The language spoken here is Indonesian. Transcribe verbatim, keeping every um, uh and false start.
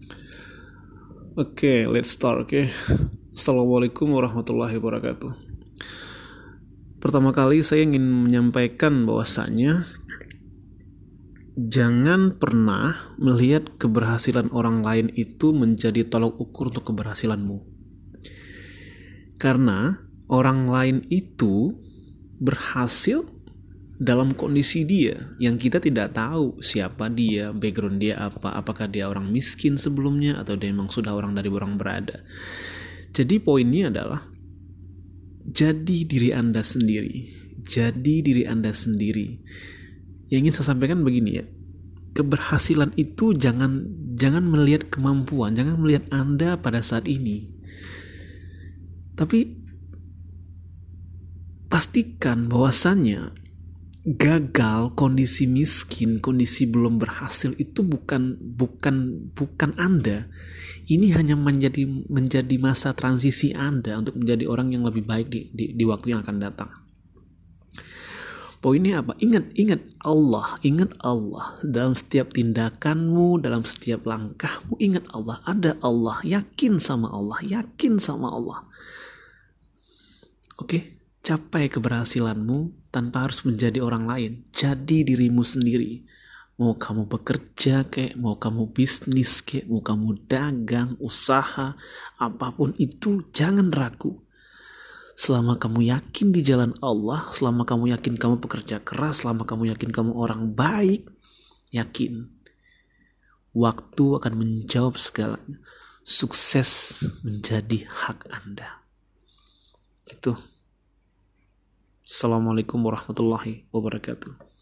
Oke, okay, let's start. Oke, okay. Assalamualaikum warahmatullahi wabarakatuh. Pertama kali saya ingin menyampaikan bahwasanya jangan pernah melihat keberhasilan orang lain itu menjadi tolok ukur untuk keberhasilanmu. Karena orang lain itu berhasil dalam kondisi dia yang kita tidak tahu siapa dia, background dia apa, apakah dia orang miskin sebelumnya atau dia memang sudah orang dari orang berada. Jadi poinnya adalah jadi diri Anda sendiri, jadi diri Anda sendiri. Yang ingin saya sampaikan begini ya, keberhasilan itu jangan jangan melihat kemampuan, jangan melihat Anda pada saat ini, tapi pastikan bahwasannya gagal, kondisi miskin, kondisi belum berhasil itu bukan bukan bukan Anda. Ini hanya menjadi menjadi masa transisi Anda untuk menjadi orang yang lebih baik di, di, di waktu yang akan datang. Poinnya apa? Ingat, ingat Allah, ingat Allah dalam setiap tindakanmu, dalam setiap langkahmu. Ingat Allah, ada Allah, yakin sama Allah, yakin sama Allah. Oke? Okay? Capai keberhasilanmu tanpa harus menjadi orang lain. Jadi dirimu sendiri. Mau kamu bekerja kek, mau kamu bisnis kek, mau kamu dagang, usaha, apapun itu jangan ragu. Selama kamu yakin di jalan Allah, selama kamu yakin kamu pekerja keras, selama kamu yakin kamu orang baik, yakin. Waktu akan menjawab segalanya. Sukses menjadi hak Anda. Itu. Assalamualaikum warahmatullahi wabarakatuh.